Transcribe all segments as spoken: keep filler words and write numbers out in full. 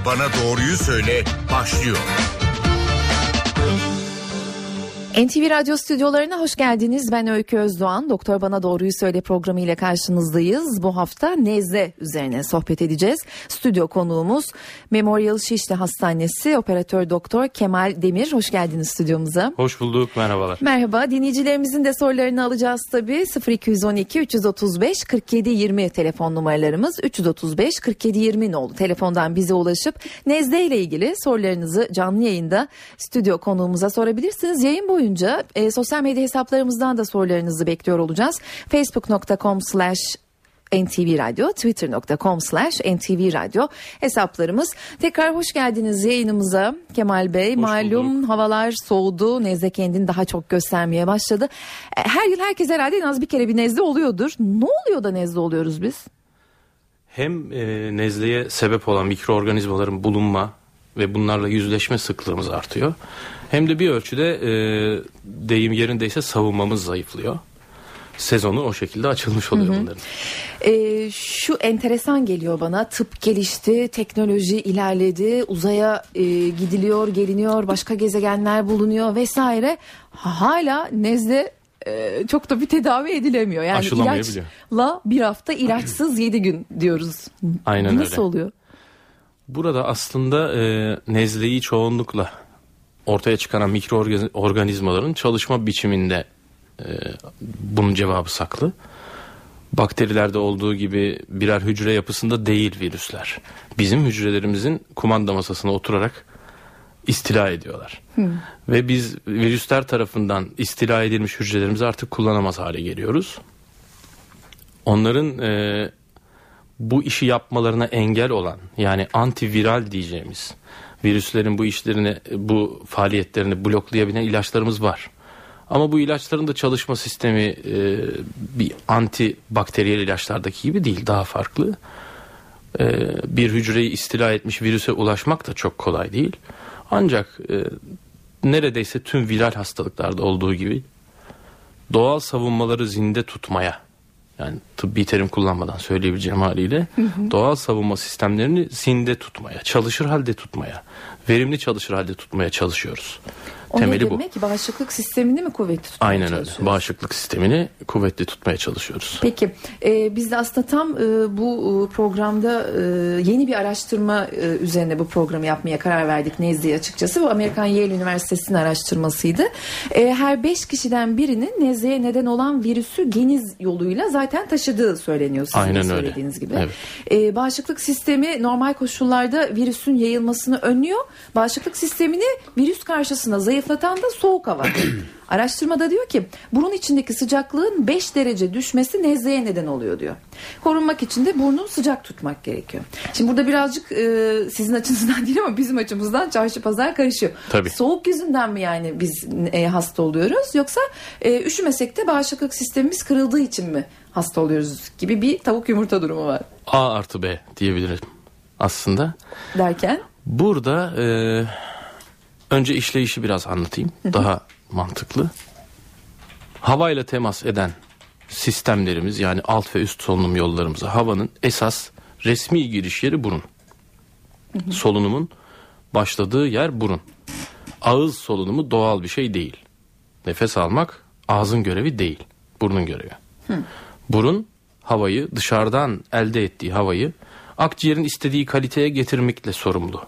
Bana Doğruyu Söyle başlıyor. N T V Radyo stüdyolarına hoş geldiniz. Ben Öykü Özdoğan. Doktor Bana Doğruyu Söyle programı ile karşınızdayız. Bu hafta nezle üzerine sohbet edeceğiz. Stüdyo konuğumuz Memorial Şişli Hastanesi Operatör Doktor Kemal Demir. Hoş geldiniz stüdyomuza. Hoş bulduk. Merhabalar. Merhaba. Dinleyicilerimizin de sorularını alacağız tabii. sıfır iki on iki üç otuz beş kırk yedi yirmi telefon numaralarımız. üç otuz beş kırk yedi yirmi oldu. Telefondan bize ulaşıp nezle ile ilgili sorularınızı canlı yayında stüdyo konuğumuza sorabilirsiniz. Yayın boyunca E, sosyal medya hesaplarımızdan da sorularınızı bekliyor olacağız. facebook nokta com slash N T V Radyo, twitter nokta com slash N T V Radyo hesaplarımız. Tekrar hoş geldiniz yayınımıza Kemal Bey. Hoş Malum bulduk. Havalar soğudu. Nezle kendini daha çok göstermeye başladı. Her yıl herkes herhalde en az bir kere bir nezle oluyordur. Ne oluyor da nezle oluyoruz biz? Hem e, nezleye sebep olan mikroorganizmaların bulunma ve bunlarla yüzleşme sıklığımız artıyor. Hem de bir ölçüde e, deyim yerindeyse savunmamız zayıflıyor. Sezonu o şekilde açılmış oluyor hı hı. bunların. E, şu enteresan geliyor bana. Tıp gelişti, teknoloji ilerledi, uzaya e, gidiliyor, geliniyor, başka gezegenler bulunuyor vesaire. Ha, hala nezle e, çok da bir tedavi edilemiyor. Yani ilaçla bir hafta, ilaçsız yedi gün diyoruz. Aynen öyle. Nasıl oluyor? Burada aslında e, nezleyi çoğunlukla ortaya çıkaran mikroorganizmaların çalışma biçiminde e, bunun cevabı saklı. Bakterilerde olduğu gibi birer hücre yapısında değil virüsler. Bizim hücrelerimizin kumanda masasına oturarak istila ediyorlar. Hmm. Ve biz virüsler tarafından istila edilmiş hücrelerimizi artık kullanamaz hale geliyoruz. Onların e, bu işi yapmalarına engel olan, yani antiviral diyeceğimiz, virüslerin bu işlerini, bu faaliyetlerini bloklayabilen ilaçlarımız var. Ama bu ilaçların da çalışma sistemi e, bir antibakteriyel ilaçlardaki gibi değil, daha farklı. E, bir hücreyi istila etmiş virüse ulaşmak da çok kolay değil. Ancak e, neredeyse tüm viral hastalıklarda olduğu gibi doğal savunmaları zinde tutmaya, yani tıbbi terim kullanmadan söyleyebileceğim haliyle hı hı. doğal savunma sistemlerini zinde tutmaya, çalışır halde tutmaya, verimli çalışır halde tutmaya çalışıyoruz. O Temeli ne demek? bu. Bağışıklık sistemini mi kuvvetli tutmaya Aynen çalışıyoruz? öyle. Bağışıklık sistemini kuvvetli tutmaya çalışıyoruz. Peki e, biz de aslında tam e, bu programda e, yeni bir araştırma e, üzerine bu programı yapmaya karar verdik nezleyi açıkçası. Bu Amerikan Yale Üniversitesi'nin araştırmasıydı. E, her beş kişiden birinin nezleye neden olan virüsü geniz yoluyla zaten taşıdığı söyleniyor sizin Aynen de söylediğiniz öyle. gibi. Evet. E, bağışıklık sistemi normal koşullarda virüsün yayılmasını önlüyor. Bağışıklık sistemini virüs karşısında zayıflatan da soğuk hava. Araştırmada diyor ki burun içindeki sıcaklığın beş derece düşmesi nezleye neden oluyor diyor. Korunmak için de burnu sıcak tutmak gerekiyor. Şimdi burada birazcık e, sizin açınızdan değil ama bizim açımızdan çarşı pazar karışıyor. Tabii. Soğuk yüzünden mi yani biz e, hasta oluyoruz yoksa e, üşümesek de bağışıklık sistemimiz kırıldığı için mi hasta oluyoruz gibi bir tavuk yumurta durumu var. A artı B diyebilirim aslında. Derken? Burada e, önce işleyişi biraz anlatayım. Hı hı. Daha mantıklı. Havayla temas eden sistemlerimiz, yani alt ve üst solunum yollarımıza havanın esas resmi giriş yeri burun. Hı hı. Solunumun başladığı yer burun. Ağız solunumu doğal bir şey değil. Nefes almak ağzın görevi değil, burnun görevi. Hı. Burun havayı, dışarıdan elde ettiği havayı akciğerin istediği kaliteye getirmekle sorumlu.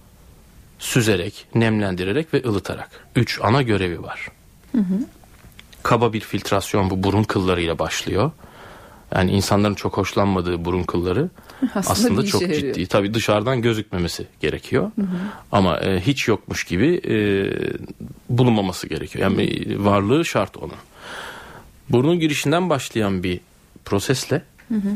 Süzerek, nemlendirerek ve ılıtarak. Üç ana görevi var. Hı hı. Kaba bir filtrasyon bu burun kıllarıyla başlıyor. Yani insanların çok hoşlanmadığı burun kılları aslında, aslında çok ciddi. Yarıyor. Tabii dışarıdan gözükmemesi gerekiyor. Hı hı. Ama e, hiç yokmuş gibi e, bulunmaması gerekiyor. Yani hı hı. varlığı şart onun. Burnun girişinden başlayan bir prosesle hı hı.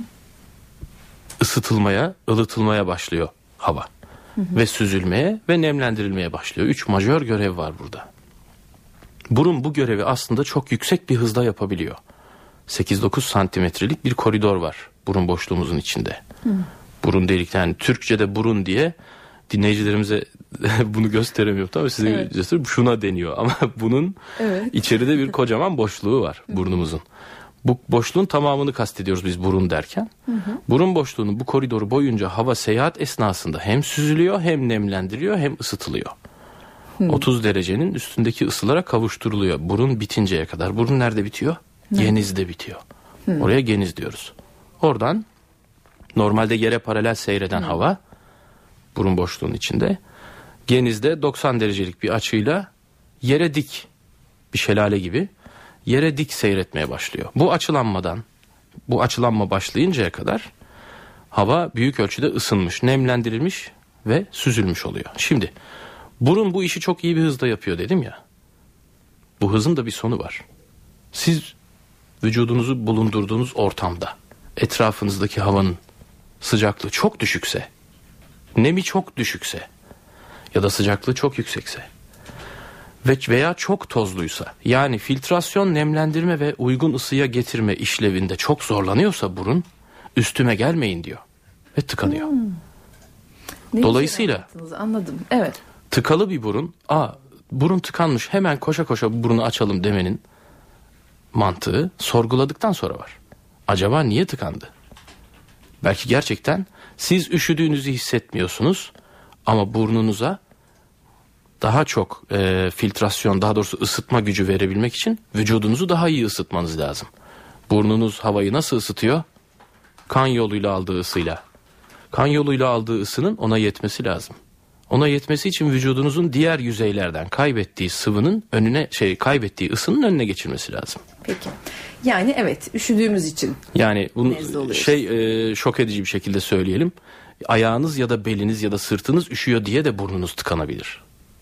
ısıtılmaya, ılıtılmaya başlıyor hava. Hı hı. Ve süzülmeye ve nemlendirilmeye başlıyor. Üç majör görev var burada. Burun bu görevi aslında çok yüksek bir hızda yapabiliyor. sekiz dokuz santimetrelik bir koridor var burun boşluğumuzun içinde. Hı. Burun delikten, yani Türkçe'de burun diye dinleyicilerimize bunu gösteremiyorum tabii, size evet. şuna deniyor ama bunun evet. içeride bir kocaman boşluğu var burnumuzun. Bu boşluğun tamamını kastediyoruz biz burun derken. Hı hı. Burun boşluğunun bu koridoru boyunca hava seyahat esnasında hem süzülüyor, hem nemlendiriliyor, hem ısıtılıyor. Hı. otuz derecenin üstündeki ısılara kavuşturuluyor. Burun bitinceye kadar. Burun nerede bitiyor? Hı. Genizde bitiyor. Hı. Oraya geniz diyoruz. Oradan normalde yere paralel seyreden Hı. hava burun boşluğunun içinde genizde doksan derecelik bir açıyla yere dik, bir şelale gibi yere dik seyretmeye başlıyor. Bu açılanmadan, bu açılanma başlayıncaya kadar hava büyük ölçüde ısınmış, nemlendirilmiş ve süzülmüş oluyor. Şimdi burun bu işi çok iyi bir hızda yapıyor dedim ya. Bu hızın da bir sonu var. Siz vücudunuzu bulundurduğunuz ortamda etrafınızdaki havanın sıcaklığı çok düşükse, nemi çok düşükse ya da sıcaklığı çok yüksekse ve veya çok tozluysa, yani filtrasyon, nemlendirme ve uygun ısıya getirme işlevinde çok zorlanıyorsa burun, üstüme gelmeyin diyor ve tıkanıyor. Hmm. Dolayısıyla anladım. Evet. Tıkalı bir burun, aa burun tıkanmış, hemen koşa koşa bu burunu açalım demenin mantığı sorguladıktan sonra var. Acaba niye tıkandı? Belki gerçekten siz üşüdüğünüzü hissetmiyorsunuz ama burnunuza daha çok e, filtrasyon, daha doğrusu ısıtma gücü verebilmek için vücudunuzu daha iyi ısıtmanız lazım. Burnunuz havayı nasıl ısıtıyor? Kan yoluyla aldığı ısıyla. Kan yoluyla aldığı ısının ona yetmesi lazım. Ona yetmesi için vücudunuzun diğer yüzeylerden kaybettiği sıvının önüne, şey kaybettiği ısının önüne geçirmesi lazım. Peki. Yani evet, üşüdüğümüz için. Yani bunu şey e, şok edici bir şekilde söyleyelim. Ayağınız ya da beliniz ya da sırtınız üşüyor diye de burnunuz tıkanabilir.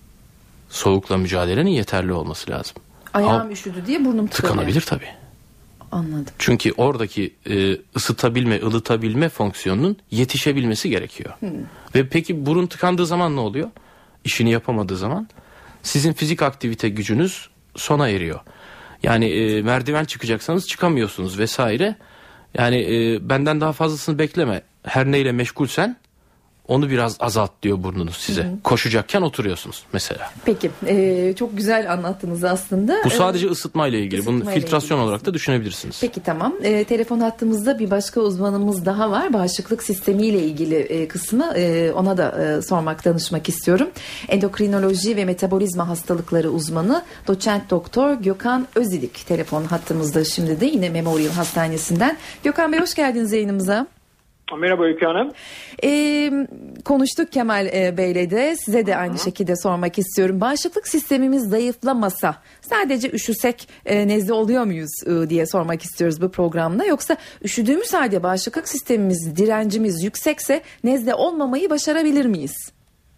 Soğukla mücadelenin yeterli olması lazım. Ayağım Ama üşüdü diye burnum tıkanıyor. Tıkanabilir tabii. Anladım. Çünkü oradaki e, ısıtabilme, ılıtabilme fonksiyonunun yetişebilmesi gerekiyor. Hmm. Ve peki burun tıkandığı zaman ne oluyor? İşini yapamadığı zaman sizin fizik aktivite gücünüz sona eriyor. Yani e, merdiven çıkacaksanız çıkamıyorsunuz vesaire. Yani e, benden daha fazlasını bekleme. Her neyle meşgulsen onu biraz azalt diyor burnunuz size. Hı hı. Koşacakken oturuyorsunuz mesela. Peki. E, çok güzel anlattınız aslında. Bu sadece ısıtmayla ilgili. Isıtmayla Bunu filtrasyon ilgili olarak da düşünebilirsiniz. Peki tamam. E, telefon hattımızda bir başka uzmanımız daha var. Bağışıklık sistemiyle ilgili e, kısmı e, ona da e, sormak, danışmak istiyorum. Endokrinoloji ve metabolizma hastalıkları uzmanı doçent doktor Gökhan Özilik telefon hattımızda şimdi de yine Memorial Hastanesi'nden. Gökhan Bey hoş geldiniz yayınımıza. Merhaba Öykü Hanım. Ee, konuştuk Kemal e, Bey'le de size de aynı Hı-hı. şekilde sormak istiyorum. Bağışıklık sistemimiz zayıflamasa sadece üşüsek e, nezle oluyor muyuz e, diye sormak istiyoruz bu programda. Yoksa üşüdüğümüz halde bağışıklık sistemimiz, direncimiz yüksekse nezle olmamayı başarabilir miyiz?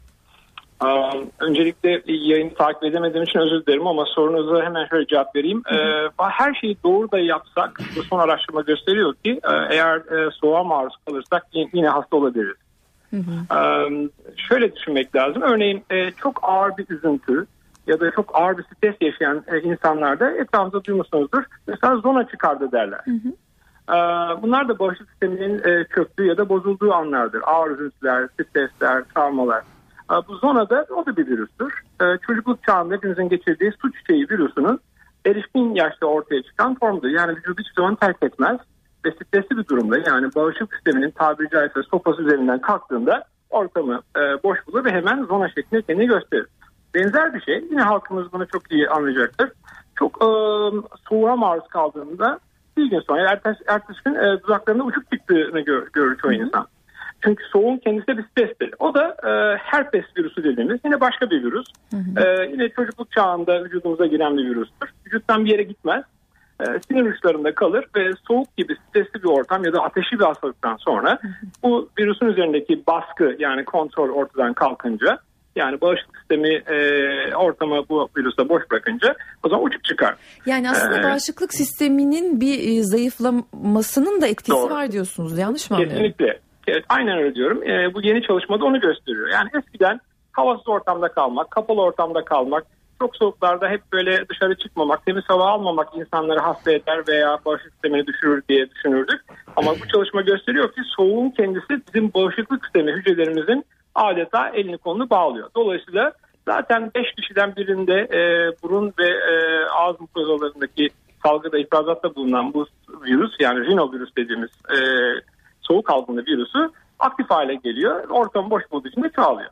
Öncelikle yayını takip edemediğim için özür dilerim ama sorunuza hemen şöyle cevap vereyim. Hı hı. Her şeyi doğru da yapsak bu son araştırma gösteriyor ki eğer soğuğa maruz kalırsak yine hasta olabiliriz. Hı hı. Şöyle düşünmek lazım. Örneğin çok ağır bir üzüntü ya da çok ağır bir stres yaşayan insanlarda etrafınızda duymuşsunuzdur. Mesela zona çıkardı derler. Hı hı. Bunlar da bağışıklık sisteminin çöktüğü ya da bozulduğu anlardır. Ağır üzüntüler, stresler, travmalar. Bu zonada o da bir virüstür. Çocukluk çağında hepimizin geçirdiği su çiçeği virüsünün erişkin yaşta ortaya çıkan formudur. Yani vücudu hiçbir zaman terk etmez ve stresli bir durumda, yani bağışıklık sisteminin tabiri caizse sopası üzerinden kalktığında ortamı boş bulur ve hemen zona şeklinde kendini gösterir. Benzer bir şey, yine halkımız bunu çok iyi anlayacaktır. Çok e, soğuğa maruz kaldığında bir gün sonra ertesi, ertesi gün e, dudaklarında uçuk çıktığını gör, görür çoğu insan. Çünkü soğuğun kendisi de bir strestir. O da e, herpes virüsü dediğimiz yine başka bir virüs. Hı hı. E, yine çocukluk çağında vücudumuza giren bir virüstür. Vücuttan bir yere gitmez. E, sinir uçlarında kalır ve soğuk gibi stresli bir ortam ya da ateşli bir hastalıktan sonra hı hı. bu virüsün üzerindeki baskı, yani kontrol ortadan kalkınca, yani bağışıklık sistemi e, ortamı bu virüse boş bırakınca o zaman uçup çıkar. Yani aslında ee, bağışıklık sisteminin bir e, zayıflamasının da etkisi doğru. var diyorsunuz. Yanlış mı anlıyorum? Kesinlikle. Evet, aynen öyle diyorum. E, bu yeni çalışmada onu gösteriyor. Yani eskiden havasız ortamda kalmak, kapalı ortamda kalmak, çok soğuklarda hep böyle dışarı çıkmamak, temiz hava almamak insanları hasta eder veya bağışıklık sistemini düşürür diye düşünürdük. Ama bu çalışma gösteriyor ki soğuğun kendisi bizim bağışıklık sistemi hücrelerimizin adeta elini kolunu bağlıyor. Dolayısıyla zaten beş kişiden birinde e, burun ve e, ağız mukozalarındaki salgıda ifrazatta bulunan bu virüs, yani rinovirüs dediğimiz e, soğuk algınlığı virüsü aktif hale geliyor. Ortam boş olduğu için de çoğalıyor.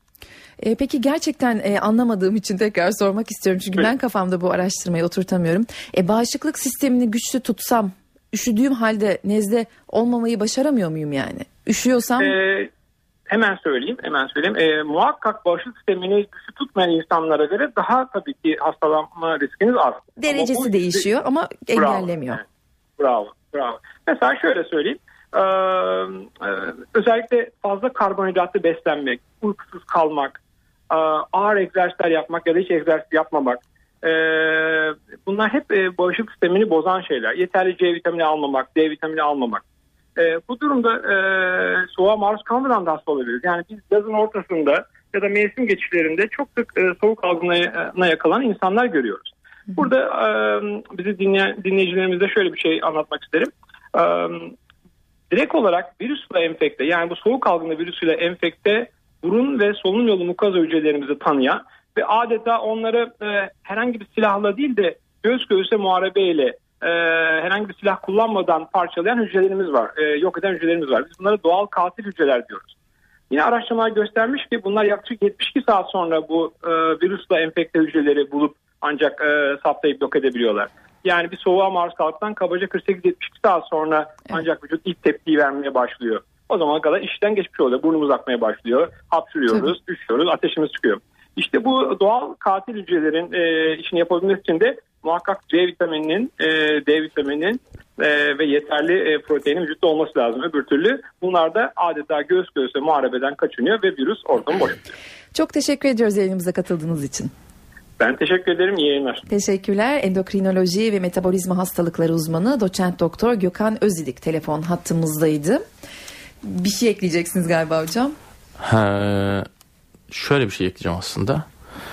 E, peki gerçekten e, anlamadığım için tekrar sormak istiyorum. Çünkü evet. ben kafamda bu araştırmayı oturtamıyorum. E, bağışıklık sistemini güçlü tutsam, üşüdüğüm halde nezle olmamayı başaramıyor muyum yani? Üşüyorsam... Ee, hemen söyleyeyim, hemen söyleyeyim. Ee, muhakkak bağışıklık sistemini güçlü tutmayan insanlara göre daha tabii ki hastalanma riskiniz az. Derecesi ama değişiyor riski, ama engellemiyor. Bravo, bravo, bravo. Mesela şöyle söyleyeyim. Ee, e, özellikle fazla karbonhidratlı beslenmek, uykusuz kalmak, e, ağır egzersizler yapmak ya da hiç egzersiz yapmamak. Ee, bunlar hep e, bağışıklık sistemini bozan şeyler. Yeterli C vitamini almamak, D vitamini almamak. Ee, bu durumda e, soğuğa maruz kalmadan da hasta olabiliriz. Yani biz yazın ortasında ya da mevsim geçişlerinde çok sık e, soğuk algınlığına yakalanan insanlar görüyoruz. Burada e, bizi dinleyen dinleyicilerimize şöyle bir şey anlatmak isterim. E, direkt olarak virüsle enfekte, yani bu soğuk algınlığı virüsüyle enfekte burun ve solunum yolu mukoza hücrelerimizi tanıyan ve adeta onları e, herhangi bir silahla değil de göğüs göğüse muharebeyle e, herhangi bir silah kullanmadan parçalayan hücrelerimiz var. E, yok eden hücrelerimiz var. Biz bunlara doğal katil hücreler diyoruz. Yine araştırmalar göstermiş ki bunlar yaklaşık yetmiş iki saat sonra bu e, virüsle enfekte hücreleri bulup ancak e, saptayıp yok edebiliyorlar. Yani bir soğuğa maruz kaldıktan kabaca kırk sekiz yetmiş iki saat sonra ancak vücut ilk tepkiyi vermeye başlıyor. O zamana kadar işten geçmiş oluyor. Burnumuz akmaya başlıyor. Hapşırıyoruz, üşüyoruz, ateşimiz çıkıyor. İşte bu doğal katil hücrelerin e, işini yapabilmesi için de muhakkak C vitamininin, e, D vitamininin e, ve yeterli e, proteinin vücutta olması lazım. Öbür türlü bunlar da adeta göğüs göğüse muharebeden kaçınıyor ve virüs ortamı boşaltıyor. Çok teşekkür ediyoruz yayınımıza katıldığınız için. Ben teşekkür ederim. İyi yayınlar. Teşekkürler. Endokrinoloji ve metabolizma hastalıkları uzmanı doçent doktor Gökhan Özidik telefon hattımızdaydı. Bir şey ekleyeceksiniz galiba hocam. Ha, şöyle bir şey ekleyeceğim aslında.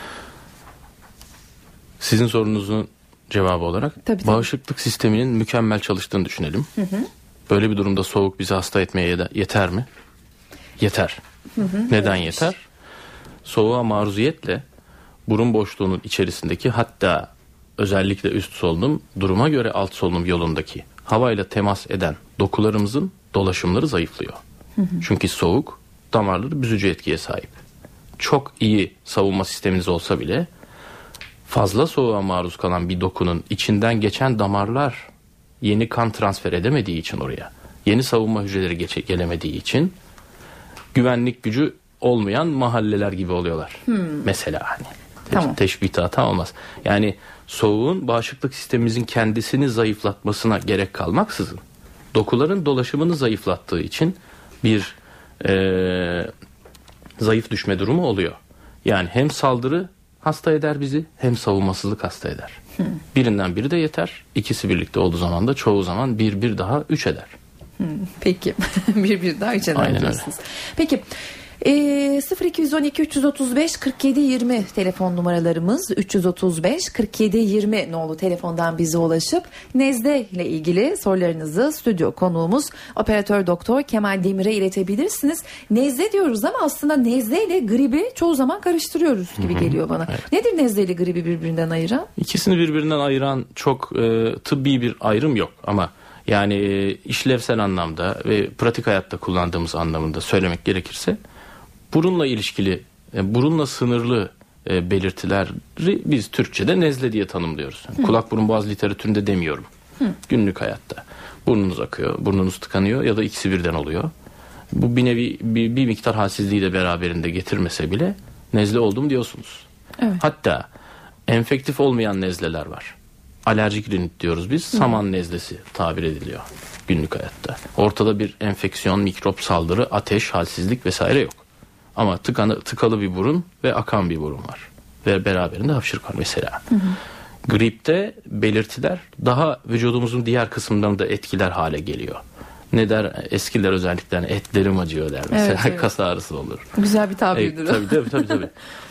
Sizin sorunuzun cevabı olarak tabii, bağışıklık tabii. sisteminin mükemmel çalıştığını düşünelim. Hı hı. Böyle bir durumda soğuk bizi hasta etmeye yeter mi? Yeter. Hı hı. Neden evet. yeter? Soğuğa maruziyetle burun boşluğunun içerisindeki, hatta özellikle üst solunum, duruma göre alt solunum yolundaki havayla temas eden dokularımızın dolaşımları zayıflıyor. Hı hı. Çünkü soğuk damarları büzücü etkiye sahip. Çok iyi savunma sisteminiz olsa bile fazla soğuğa maruz kalan bir dokunun içinden geçen damarlar yeni kan transfer edemediği için oraya, yeni savunma hücreleri geçe, gelemediği için güvenlik gücü olmayan mahalleler gibi oluyorlar. Hmm. Mesela hani tamam. teşbih hata olmaz. Yani soğuğun bağışıklık sistemimizin kendisini zayıflatmasına gerek kalmaksızın dokuların dolaşımını zayıflattığı için bir e, zayıf düşme durumu oluyor. Yani hem saldırı hasta eder bizi, hem savunmasızlık hasta eder. Hmm. Birinden biri de yeter. İkisi birlikte olduğu zaman da çoğu zaman bir bir daha üç eder. Hmm, peki. bir bir daha üç eder. Aynen öyle. Peki. E, sıfır iki on iki üç otuz beş kırk yedi yirmi telefon numaralarımız, üç otuz beş kırk yedi yirmi nolu telefondan bize ulaşıp nezle ile ilgili sorularınızı stüdyo konuğumuz operatör doktor Kemal Demir'e iletebilirsiniz. Nezle diyoruz ama aslında nezle ile gribi çoğu zaman karıştırıyoruz gibi Hı-hı. geliyor bana. Evet. Nedir nezle ile gribi birbirinden ayıran? İkisini birbirinden ayıran çok e, tıbbi bir ayrım yok ama yani e, işlevsel anlamda ve pratik hayatta kullandığımız anlamında söylemek gerekirse burunla ilişkili, burunla sınırlı e, belirtileri biz Türkçe'de nezle diye tanımlıyoruz. Yani kulak burun boğaz literatüründe demiyorum. Hı. Günlük hayatta. Burnunuz akıyor, burnunuz tıkanıyor ya da ikisi birden oluyor. Bu bir nevi bir, bir miktar halsizliği de beraberinde getirmese bile nezle oldum diyorsunuz. Evet. Hatta enfektif olmayan nezleler var. Alerjik rinit diyoruz biz. Hı. Saman nezlesi tabir ediliyor günlük hayatta. Ortada bir enfeksiyon, mikrop saldırı, ateş, halsizlik vesaire yok. Ama tıkanı, tıkalı bir burun ve akan bir burun var. Ve beraberinde hapşırık var mesela. Hı hı. Gripte belirtiler daha vücudumuzun diğer kısımlarını da etkiler hale geliyor. Ne der eskiler, özellikle yani etlerim acıyor der mesela. Evet, evet. Kas ağrısı olur. Güzel bir tabirdir. E, tabii tabii tabii. tabii.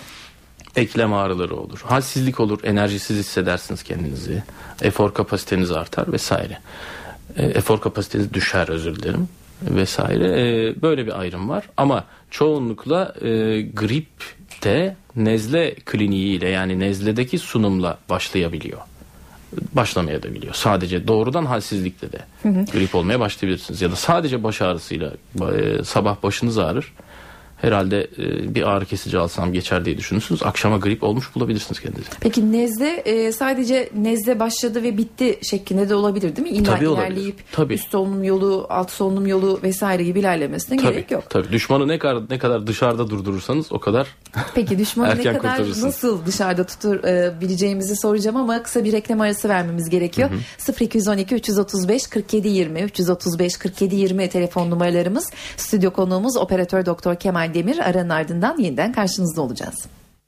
Eklem ağrıları olur. Halsizlik olur. Enerjisiz hissedersiniz kendinizi. Efor kapasiteniz artar vesaire. E, efor kapasiteniz düşer, özür dilerim. Vesaire. E, böyle bir ayrım var. Ama çoğunlukla e, gripte nezle kliniğiyle, yani nezledeki sunumla başlayabiliyor. başlamaya da biliyor. Sadece doğrudan halsizlikle de hı hı. grip olmaya başlayabilirsiniz. Ya da sadece baş ağrısıyla e, sabah başınız ağrır. Herhalde e, bir ağrı kesici alsam geçer diye düşünürsünüz. Akşama grip olmuş bulabilirsiniz kendinizi. Peki nezle e, sadece nezle başladı ve bitti şeklinde de olabilir değil mi? İlla tabii ilerleyip olabilir. Tabii. üst solunum yolu, alt solunum yolu vesaire gibi ilerlemesine tabii, gerek yok. Tabii. Düşmanı ne kadar ne kadar dışarıda durdurursanız o kadar Peki düşmanı ne kadar kurtarırsınız. Nasıl dışarıda tutabileceğimizi soracağım ama kısa bir reklam arası vermemiz gerekiyor. Hı hı. sıfır iki on iki üç otuz beş kırk yedi yirmi üç otuz beş kırk yedi yirmi telefon numaralarımız. Stüdyo konuğumuz operatör doktor Kemal Demir. Aranın ardından yeniden karşınızda olacağız.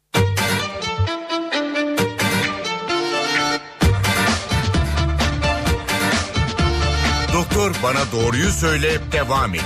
Doktor Bana Doğruyu Söyle devam ediyor.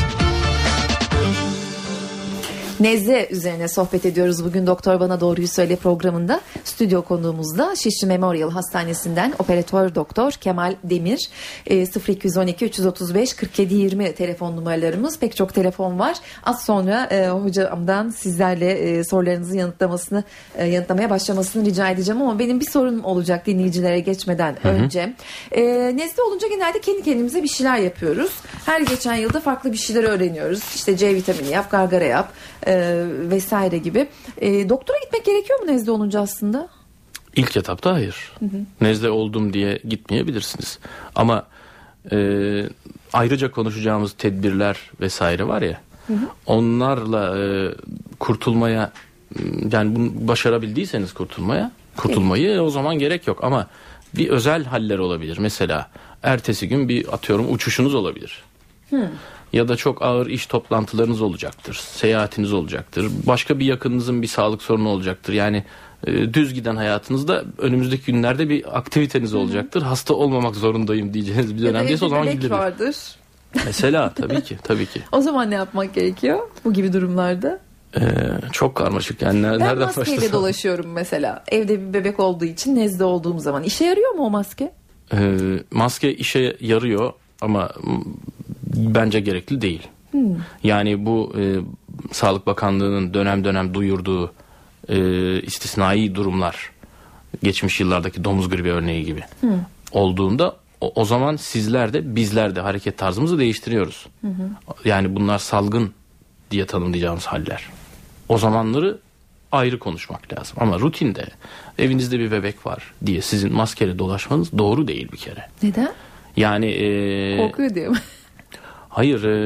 Nezle üzerine sohbet ediyoruz bugün Doktor Bana Doğruyu Söyle programında. Stüdyo konuğumuzda Şişli Memorial Hastanesi'nden operatör doktor Kemal Demir. e, sıfır iki on iki üç otuz beş kırk yedi yirmi telefon numaralarımız. Pek çok telefon var. Az sonra e, hocamdan sizlerle e, sorularınızı yanıtlamasını e, yanıtlamaya başlamasını rica edeceğim ama benim bir sorum olacak dinleyicilere geçmeden hı hı. önce. E, nezle olunca genelde kendi kendimize bir şeyler yapıyoruz. Her geçen yılda farklı bir şeyler öğreniyoruz. İşte C vitamini yap, gargara yap. E, vesaire gibi. E, doktora gitmek gerekiyor mu nezle olunca aslında? İlk etapta hayır. Hı hı. Nezle oldum diye gitmeyebilirsiniz. Ama e, ayrıca konuşacağımız tedbirler vesaire var ya. Hı hı. Onlarla e, kurtulmaya yani bunu başarabildiyseniz kurtulmaya kurtulmayı evet. o zaman gerek yok. Ama bir özel haller olabilir. Mesela ertesi gün bir atıyorum uçuşunuz olabilir. Hı. Ya da çok ağır iş toplantılarınız olacaktır. Seyahatiniz olacaktır. Başka bir yakınınızın bir sağlık sorunu olacaktır. Yani e, düz giden hayatınızda önümüzdeki günlerde bir aktiviteniz Hı-hı. olacaktır. Hasta olmamak zorundayım diyeceğiniz bir dönemdeyse o zaman gidilir. vardır. Mesela tabii ki tabii ki. O zaman ne yapmak gerekiyor bu gibi durumlarda? Ee, çok karmaşık yani nereden başlasam? Ben başlasam? maskeyle dolaşıyorum mesela. Evde bir bebek olduğu için nezle olduğum zaman. İşe yarıyor mu o maske? Ee, maske işe yarıyor ama bence gerekli değil. Hmm. Yani bu e, Sağlık Bakanlığı'nın dönem dönem duyurduğu e, istisnai durumlar, geçmiş yıllardaki domuz gribi örneği gibi hmm. olduğunda o, o zaman sizler de bizler de hareket tarzımızı değiştiriyoruz. Hmm. Yani bunlar salgın diye tanımlayacağımız haller. O zamanları ayrı konuşmak lazım. Ama rutinde evinizde bir bebek var diye sizin maskeyle dolaşmanız doğru değil bir kere. Neden? Yani e, korkuyor diye mi? Hayır, e,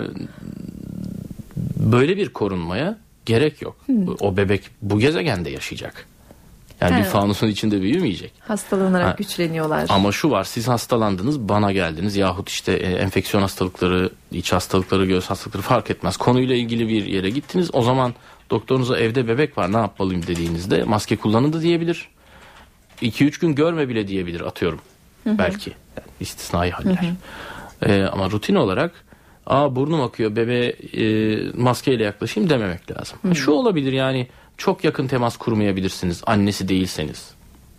böyle bir korunmaya gerek yok. Hmm. O bebek bu gezegende yaşayacak. Yani He. bir fanusun içinde büyümeyecek. Hastalanarak ha. güçleniyorlar. Ama şu var, siz hastalandınız, bana geldiniz yahut işte e, enfeksiyon hastalıkları, iç hastalıkları, göğüs hastalıkları fark etmez. Konuyla ilgili bir yere gittiniz. O zaman doktorunuza evde bebek var ne yapmalıyım dediğinizde maske kullanın da diyebilir. iki üç gün görme bile diyebilir atıyorum. Hı-hı. Belki. Yani istisnai haller. Ee, ama rutin olarak aa burnum akıyor bebeğe e, maskeyle yaklaşayım dememek lazım. Hı-hı. Şu olabilir yani çok yakın temas kurmayabilirsiniz annesi değilseniz.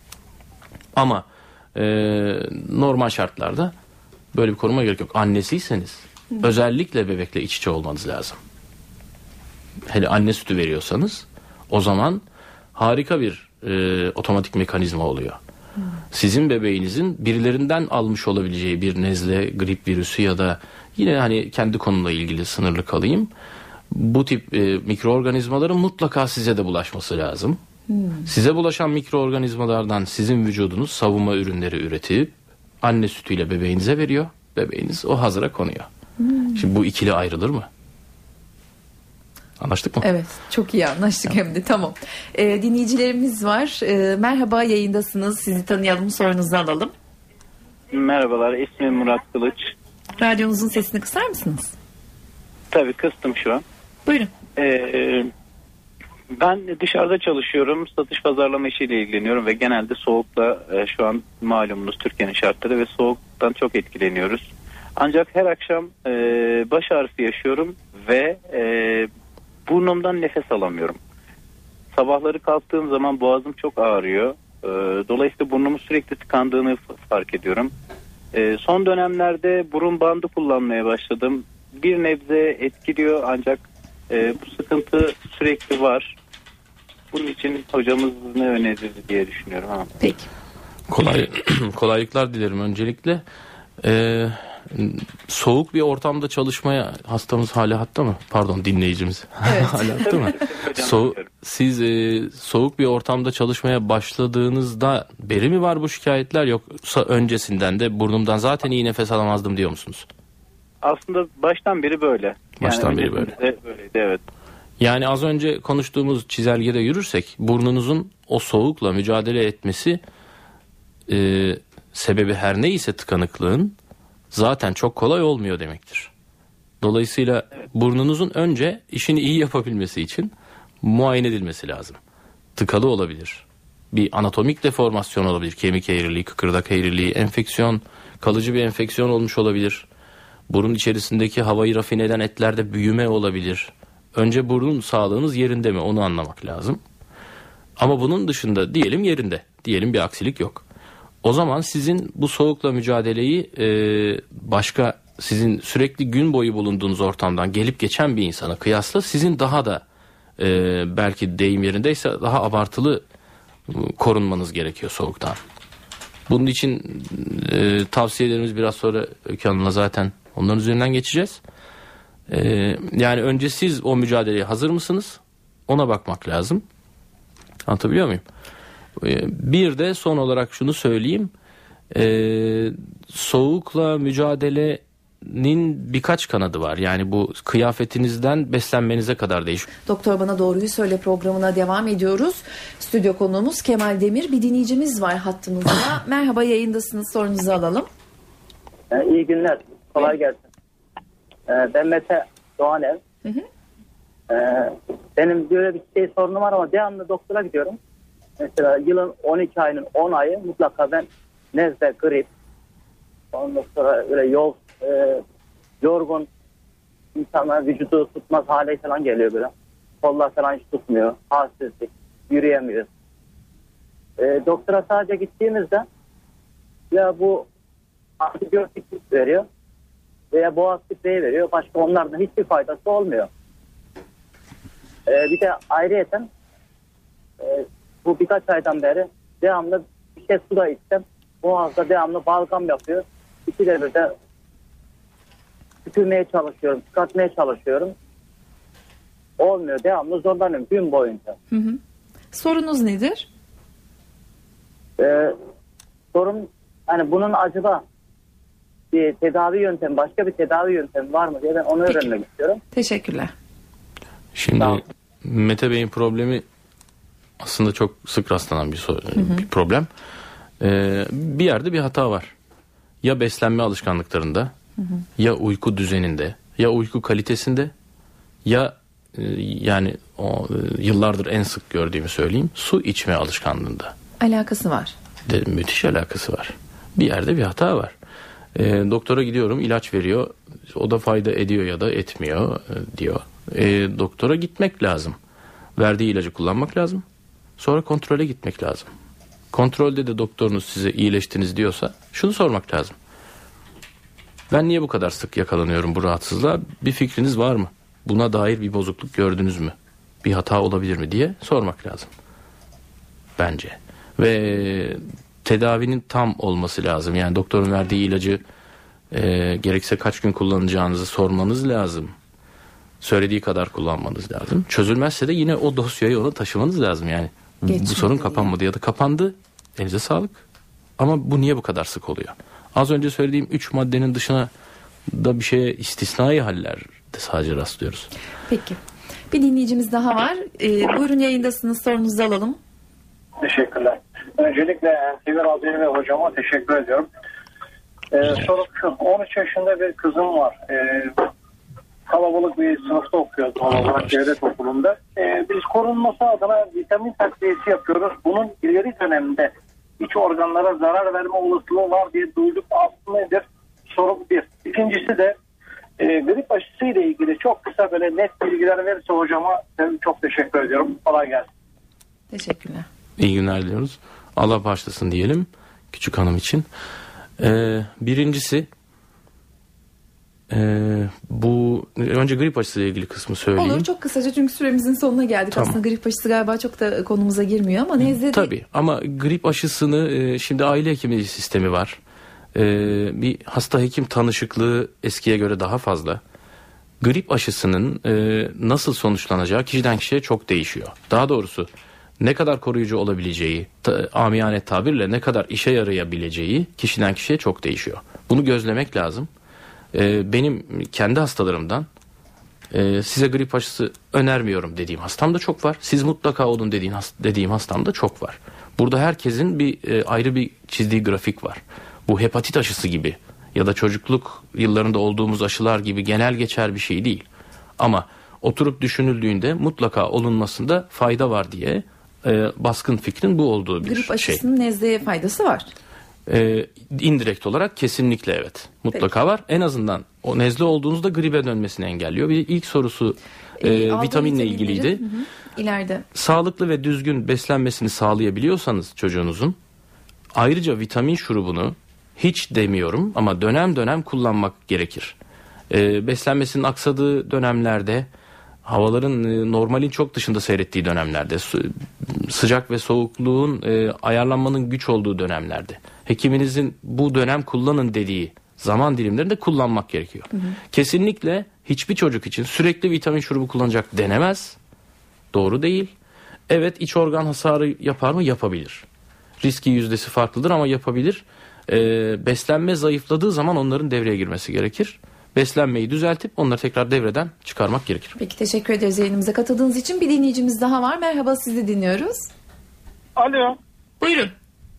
Ama e, normal şartlarda böyle bir koruma gerek yok. Annesiyseniz Hı-hı. özellikle bebekle iç içe olmanız lazım. Hele anne sütü veriyorsanız o zaman harika bir e, otomatik mekanizma oluyor. Hmm. Sizin bebeğinizin birilerinden almış olabileceği bir nezle, grip virüsü ya da yine hani kendi konumla ilgili sınırlı kalayım. Bu tip e, mikroorganizmaların mutlaka size de bulaşması lazım. Hmm. Size bulaşan mikroorganizmalardan sizin vücudunuz savunma ürünleri üretip anne sütüyle bebeğinize veriyor. Bebeğiniz o hazıra konuyor. Hmm. Şimdi bu ikili ayrılır mı? Anlaştık mı? Evet, çok iyi anlaştık hem de. Tamam. Ee, dinleyicilerimiz var. Ee, merhaba, yayındasınız. Sizi tanıyalım, sorunuzu alalım. Merhabalar, ismim Murat Kılıç. Radyonuzun sesini kısar mısınız? Tabii kıstım şu an. Buyurun. Ee, ben dışarıda çalışıyorum. Satış pazarlama işiyle ilgileniyorum ve genelde soğukla e, şu an malumunuz Türkiye'nin şartları ve soğuktan çok etkileniyoruz. Ancak her akşam e, baş ağrısı yaşıyorum ve e, burnumdan nefes alamıyorum. Sabahları kalktığım zaman boğazım çok ağrıyor. E, dolayısıyla burnumun sürekli tıkandığını fark ediyorum. E, son dönemlerde burun bandı kullanmaya başladım. Bir nebze etkiliyor ancak e, bu sıkıntı sürekli var. Bunun için hocamız ne önerir diye düşünüyorum. Ha. Peki. Kolay kolaylıklar dilerim öncelikle. Ee, soğuk bir ortamda çalışmaya hastamız hala hatta mı? Pardon dinleyicimiz. Evet. Hala hatta mı? So siz e, soğuk bir ortamda çalışmaya başladığınızda beri mi var bu şikayetler yoksa öncesinden de burnumdan zaten iyi nefes alamazdım diyor musunuz? Aslında baştan beri böyle. Baştan yani beri böyle. Böyleydi, evet. Yani az önce konuştuğumuz çizelgede yürürsek burnunuzun o soğukla mücadele etmesi e, sebebi her neyse tıkanıklığın zaten çok kolay olmuyor demektir. Dolayısıyla burnunuzun önce işini iyi yapabilmesi için muayene edilmesi lazım. Tıkalı olabilir. Bir anatomik deformasyon olabilir. Kemik eğriliği, kıkırdak eğriliği, enfeksiyon, kalıcı bir enfeksiyon olmuş olabilir. Burun içerisindeki havayı rafine eden etlerde büyüme olabilir. Önce burnun sağlığınız yerinde mi onu anlamak lazım. Ama bunun dışında diyelim yerinde. Diyelim bir aksilik yok. O zaman sizin bu soğukla mücadeleyi e, başka sizin sürekli gün boyu bulunduğunuz ortamdan gelip geçen bir insana kıyasla sizin daha da e, belki deyim yerindeyse daha abartılı korunmanız gerekiyor soğuktan. Bunun için e, tavsiyelerimiz biraz sonra Öykü Hanım'la zaten onların üzerinden geçeceğiz. E, yani önce siz o mücadeleye hazır mısınız? Ona bakmak lazım. Anlatabiliyor muyum? Bir de son olarak şunu söyleyeyim. Ee, soğukla mücadelenin birkaç kanadı var. Yani bu kıyafetinizden beslenmenize kadar değişiyor. Doktor Bana Doğruyu Söyle programına devam ediyoruz. Stüdyo konuğumuz Kemal Demir. Bir dinleyicimiz var hattımızda. Merhaba, yayındasınız, sorunuzu alalım. Ee, iyi günler. Kolay gelsin. Ee, ben Mete Doğanev. Hı hı. Ee, benim böyle bir şey sorunum var ama devamlı doktora gidiyorum. Mesela yılın on iki ayının on ayı mutlaka ben nezle, grip, ondan sonra öyle yol, e, yorgun, insanlar vücudu tutmaz hale falan geliyor böyle. Kollar falan hiç tutmuyor, halsizlik, yürüyemiyor. E, doktora sadece gittiğimizde ya bu antibiyotik veriyor veya boğaz spreyi veriyor. Başka onlardan hiçbir faydası olmuyor. E, bir de ayrıyeten e, bu birkaç aydan beri devamlı bir şey su da içsem boğazda devamlı balgam yapıyor. İkide bir de tükürmeye çalışıyorum, çıkartmaya çalışıyorum. Olmuyor, devamlı zorlanıyorum gün boyunca. Hı hı. Sorunuz nedir? Ee, sorun hani bunun acaba bir tedavi yöntemi, başka bir tedavi yöntemi var mı diye ben onu Peki. öğrenmek istiyorum. Teşekkürler. Şimdi Tamam. Mete Bey'in problemi aslında çok sık rastlanan bir, sorun, hı hı. bir problem. Ee, bir yerde bir hata var. Ya beslenme alışkanlıklarında, hı hı. ya uyku düzeninde, ya uyku kalitesinde, ya e, yani o e, yıllardır en sık gördüğümü söyleyeyim, su içme alışkanlığında. Alakası var. De, müthiş alakası var. Bir yerde bir hata var. E, doktora gidiyorum, ilaç veriyor. O da fayda ediyor ya da etmiyor e, diyor. E, doktora gitmek lazım. Verdiği ilacı kullanmak lazım. Sonra kontrole gitmek lazım. Kontrolde de doktorunuz size iyileştiniz diyorsa şunu sormak lazım. Ben niye bu kadar sık yakalanıyorum bu rahatsızlığa? Bir fikriniz var mı? Buna dair bir bozukluk gördünüz mü? Bir hata olabilir mi diye sormak lazım. Bence. Ve tedavinin tam olması lazım. Yani doktorun verdiği ilacı e, gerekse kaç gün kullanacağınızı sormanız lazım. Söylediği kadar kullanmanız lazım. Çözülmezse de yine o dosyayı ona taşımanız lazım. Yani Geçmedi. Bu sorun kapanmadı ya da kapandı. Elinize sağlık. Ama bu niye bu kadar sık oluyor? Az önce söylediğim üç maddenin dışına da bir şeye istisnai hallerde sadece rastlıyoruz. Peki. Bir dinleyicimiz daha var. Ee, buyurun, yayındasınız, sorunuzu alalım. Teşekkürler. Öncelikle Ensever abi ve hocama teşekkür ediyorum. Ee, sorum şu. on üç yaşında bir kızım var. Ee, kalabalık bir sınıfta okuyoruz olarak devlet okulunda. Ee, biz korunması adına vitamin takviyesi yapıyoruz. Bunun ileri dönemde iç organlara zarar verme olasılığı var diye duyduk. Aslında nedir? Soru bir. İkincisi de e, grip aşısı ile ilgili çok kısa böyle net bilgiler verirse hocama ben çok teşekkür ediyorum. Kolay gelsin. Teşekkürler. İyi günler diliyoruz. Allah bağışlasın diyelim küçük hanım için. Ee, birincisi Ee, bu önce grip aşısıyla ilgili kısmı söyleyeyim. Olur, çok kısaca çünkü süremizin sonuna geldik. Tamam. Aslında grip aşısı galiba çok da konumuza girmiyor ama nezle de... Tabii ama grip aşısını e, şimdi aile hekimliği sistemi var. E, bir hasta hekim tanışıklığı eskiye göre daha fazla. Grip aşısının e, nasıl sonuçlanacağı kişiden kişiye çok değişiyor. Daha doğrusu ne kadar koruyucu olabileceği, ta, amiyane tabirle ne kadar işe yarayabileceği kişiden kişiye çok değişiyor. Bunu gözlemek lazım. E, benim kendi hastalarımdan e, size grip aşısı önermiyorum dediğim hastam da çok var. Siz mutlaka olun dediğin, dediğim hastam da çok var. Burada herkesin bir e, ayrı bir çizdiği grafik var. Bu hepatit aşısı gibi ya da çocukluk yıllarında olduğumuz aşılar gibi genel geçer bir şey değil. Ama oturup düşünüldüğünde mutlaka olunmasında fayda var diye e, baskın fikrin bu olduğu bir şey. Grip aşısının nezleye faydası var. E, indirekt olarak kesinlikle evet. Mutlaka Peki. var. En azından o nezle olduğunuzda gribe dönmesini engelliyor. Bir ilk sorusu e, e, vitaminle ilgiliydi. Hı hı. İleride. Sağlıklı ve düzgün beslenmesini sağlayabiliyorsanız çocuğunuzun, ayrıca vitamin şurubunu hiç demiyorum ama dönem dönem kullanmak gerekir. E, beslenmesinin aksadığı dönemlerde, havaların e, normalin çok dışında seyrettiği dönemlerde, su, sıcak ve soğukluğun e, ayarlanmanın güç olduğu dönemlerde, hekiminizin bu dönem kullanın dediği zaman dilimlerinde kullanmak gerekiyor. Hı hı. Kesinlikle hiçbir çocuk için sürekli vitamin şurubu kullanacak denemez. Doğru değil. Evet, iç organ hasarı yapar mı? Yapabilir. Riski yüzdesi farklıdır ama yapabilir. Ee, beslenme zayıfladığı zaman onların devreye girmesi gerekir. Beslenmeyi düzeltip onları tekrar devreden çıkarmak gerekir. Peki, teşekkür ederiz yayınımıza katıldığınız için. Bir dinleyicimiz daha var. Merhaba, sizi dinliyoruz. Alo. Buyurun.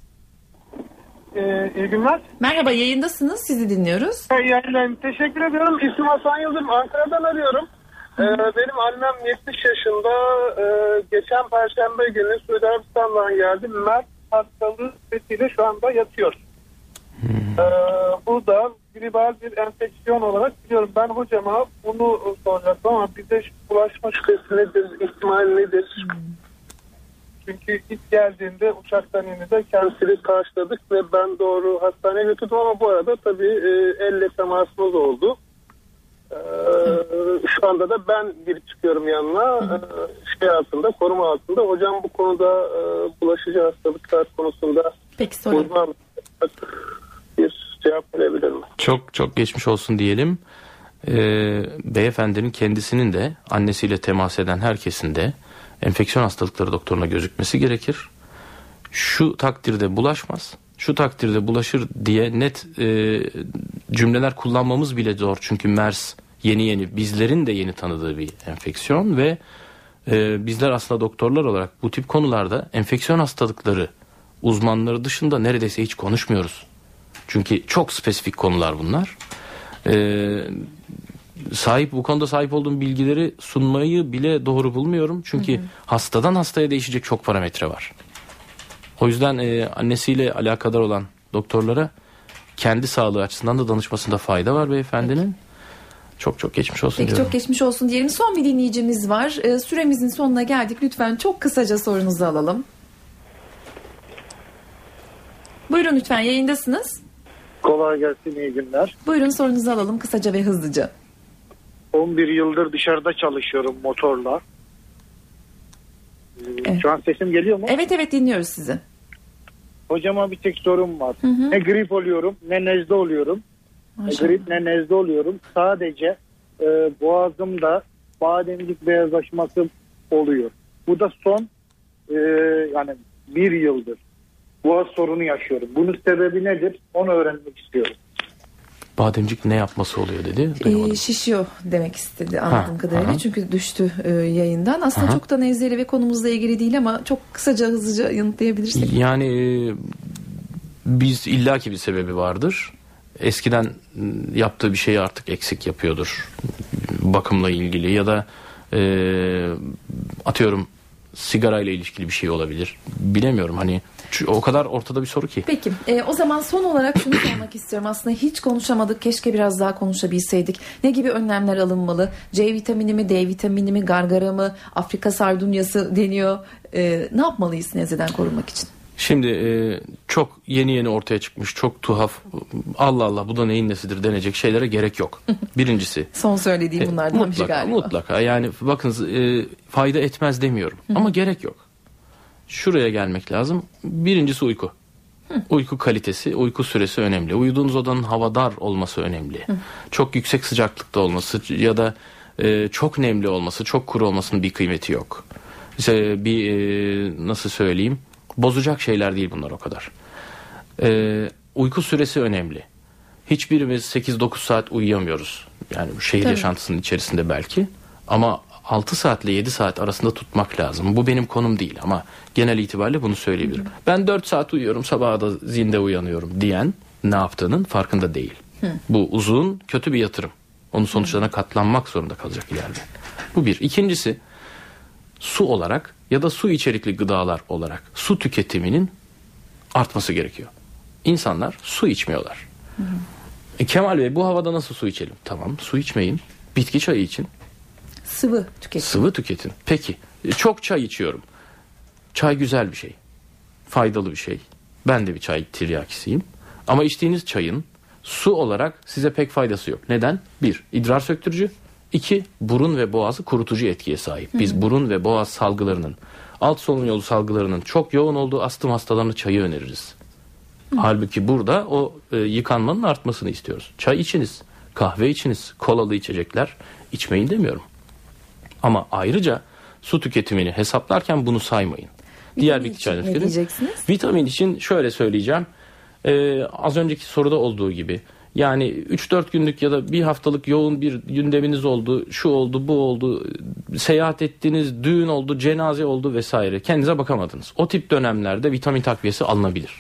Ee, iyi günler. Merhaba, yayındasınız. Sizi dinliyoruz. Yani, teşekkür ediyorum. İsmim Hasan Yıldırım. Ankara'dan arıyorum. Ee, benim annem yetmiş yaşında. Ee, geçen Perşembe günü Suudi Arabistan'dan geldi. Mert hastalığı sesiyle şu anda yatıyor. Hmm. Ee, bu da gribal bir enfeksiyon olarak biliyorum. Ben hocama bunu soracaktım ama bize bulaşma şüphesi nedir, ihtimal nedir? Hmm. Çünkü ilk geldiğinde uçaktan inide kendisini karşıladık ve ben doğru hastaneye götürdüm ama bu arada tabii e, elle temasımız oldu. E, şu anda da ben girip çıkıyorum yanına. E, şey altında, koruma altında. Hocam bu konuda e, bulaşıcı hastalıklar konusunda uzman bir cevap verebilir mi? Çok çok geçmiş olsun diyelim. E, beyefendinin kendisinin de annesiyle temas eden herkesin de enfeksiyon hastalıkları doktoruna gözükmesi gerekir. Şu takdirde bulaşmaz, şu takdirde bulaşır diye net e, cümleler kullanmamız bile zor. Çünkü MERS yeni yeni, bizlerin de yeni tanıdığı bir enfeksiyon ve e, bizler aslında doktorlar olarak bu tip konularda enfeksiyon hastalıkları uzmanları dışında neredeyse hiç konuşmuyoruz. Çünkü çok spesifik konular bunlar. Eee Sahip bu konuda sahip olduğum bilgileri sunmayı bile doğru bulmuyorum. Çünkü hı hı. hastadan hastaya değişecek çok parametre var. O yüzden e, annesiyle alakadar olan doktorlara kendi sağlığı açısından da danışmasında fayda var beyefendinin. Peki. Çok çok geçmiş olsun Peki, diyorum. çok geçmiş olsun diyelim. Son bir dinleyicimiz var. E, süremizin sonuna geldik. Lütfen çok kısaca sorunuzu alalım. Buyurun lütfen, yayındasınız. Kolay gelsin, iyi günler. Buyurun, sorunuzu alalım kısaca ve hızlıca. on bir yıldır dışarıda çalışıyorum motorla. Evet. Şu an sesim geliyor mu? Evet evet, dinliyoruz sizi. Hocama bir tek sorum var. Hı hı. Ne grip oluyorum, ne nezle oluyorum. Maşallah. Ne grip ne nezle oluyorum. Sadece e, boğazımda bademcik beyazlaşması oluyor. Bu da son e, yani bir yıldır boğaz sorunu yaşıyorum. Bunun sebebi nedir? Onu öğrenmek istiyorum. Bademcik ne yapması oluyor dedi? Ee, şişiyor demek istedi anladığım ha, kadarıyla. Aha. Çünkü düştü e, yayından. Aslında aha. çok da nezleyle ve konumuzla ilgili değil ama çok kısaca hızlıca yanıtlayabilirsek. Yani e, biz illaki bir sebebi vardır. Eskiden yaptığı bir şeyi artık eksik yapıyordur. Bakımla ilgili ya da e, atıyorum sigarayla ilişkili bir şey olabilir. Bilemiyorum, hani o kadar ortada bir soru ki. Peki e, o zaman son olarak şunu sormak istiyorum. Aslında hiç konuşamadık. Keşke biraz daha konuşabilseydik. Ne gibi önlemler alınmalı? C vitamini mi, D vitamini mi, gargara mı, Afrika sardunyası deniyor. E, ne yapmalıyız nezleden korunmak için? Şimdi e, çok yeni yeni ortaya çıkmış, çok tuhaf, Allah Allah bu da neyin nesidir denecek şeylere gerek yok. Birincisi. Son söylediğim bunlardan mutlaka, biri galiba. Mutlaka yani bakınız e, fayda etmez demiyorum Hı. ama gerek yok. Şuraya gelmek lazım. Birincisi uyku. Hı. Uyku kalitesi, uyku süresi önemli. Uyuduğunuz odanın havadar olması önemli. Hı. Çok yüksek sıcaklıkta olması ya da e, çok nemli olması, çok kuru olmasının bir kıymeti yok. İşte bir e, nasıl söyleyeyim? Bozacak şeyler değil bunlar o kadar. E, uyku süresi önemli. Hiçbirimiz sekiz dokuz saat uyuyamıyoruz. Yani şehir Tabii. yaşantısının içerisinde belki. Ama altı saatle yedi saat arasında tutmak lazım. Bu benim konum değil ama genel itibariyle bunu söyleyebilirim. Hı. Ben dört saat uyuyorum, sabaha da zinde uyanıyorum diyen ne yaptığının farkında değil. Hı. Bu uzun, kötü bir yatırım. Onun sonuçlarına katlanmak zorunda kalacak ileride. Bu bir. İkincisi, su olarak ya da su içerikli gıdalar olarak su tüketiminin artması gerekiyor. İnsanlar su içmiyorlar. Hı. E, Kemal Bey bu havada nasıl su içelim? Tamam, su içmeyin. Bitki çayı için. Sıvı tüketin. Sıvı tüketin. Peki. Çok çay içiyorum. Çay güzel bir şey. Faydalı bir şey. Ben de bir çay tiryakisiyim. Ama içtiğiniz çayın su olarak size pek faydası yok. Neden? Bir, idrar söktürücü. İki, burun ve boğazı kurutucu etkiye sahip. Biz Hı-hı. burun ve boğaz salgılarının, alt solunum yolu salgılarının çok yoğun olduğu astım hastalarına çayı öneririz. Hı-hı. Halbuki burada o e, yıkanmanın artmasını istiyoruz. Çay içiniz, kahve içiniz, kolalı içecekler içmeyin demiyorum. Ama ayrıca su tüketimini hesaplarken bunu saymayın. Vitamin Diğer bitki çayları tüketin. Vitamin için şöyle söyleyeceğim. Ee, az önceki soruda olduğu gibi. Yani üç dört günlük ya da bir haftalık yoğun bir gündeminiz oldu. Şu oldu, bu oldu. Seyahat ettiniz, düğün oldu, cenaze oldu vesaire. Kendinize bakamadınız. O tip dönemlerde vitamin takviyesi alınabilir.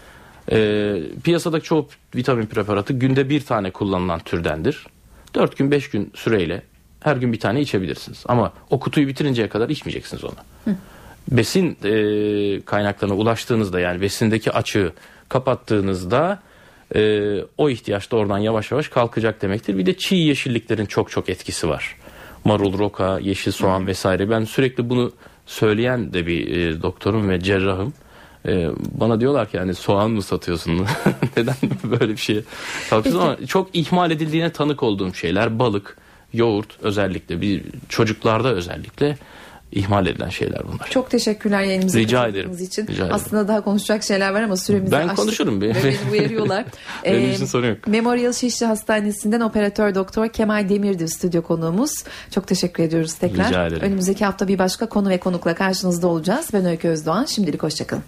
Ee, piyasadaki çoğu vitamin preparatı günde bir tane kullanılan türdendir. dört gün beş gün süreyle her gün bir tane içebilirsiniz. Ama o kutuyu bitirinceye kadar içmeyeceksiniz onu. Hı. Besin e, kaynaklarına ulaştığınızda yani besindeki açığı kapattığınızda e, o ihtiyaç da oradan yavaş yavaş kalkacak demektir. Bir de çiğ yeşilliklerin çok çok etkisi var. Marul, roka, yeşil soğan Hı. vesaire. Ben sürekli bunu söyleyen de bir e, doktorum ve cerrahım. E, bana diyorlar ki yani soğan mı satıyorsun? Neden böyle bir şeye kalkıyorsun? Ama çok ihmal edildiğine tanık olduğum şeyler balık, yoğurt özellikle bir çocuklarda özellikle ihmal edilen şeyler bunlar. Çok teşekkürler yayınımıza Rica katıldığınız ederim. için. Rica ederim. Aslında daha konuşacak şeyler var ama süremizi ben aştık. Ben konuşurum. Ve beni uyarıyorlar. Benim için sorun yok. Memorial Şişli Hastanesi'nden operatör doktor Kemal Demir'di stüdyo konuğumuz. Çok teşekkür ediyoruz tekrar. Rica ederim. Önümüzdeki hafta bir başka konu ve konukla karşınızda olacağız. Ben Öykü Özdoğan. Şimdilik hoşçakalın.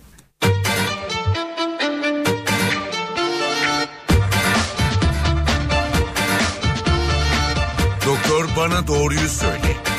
Doktor Bana Doğruyu Söyle.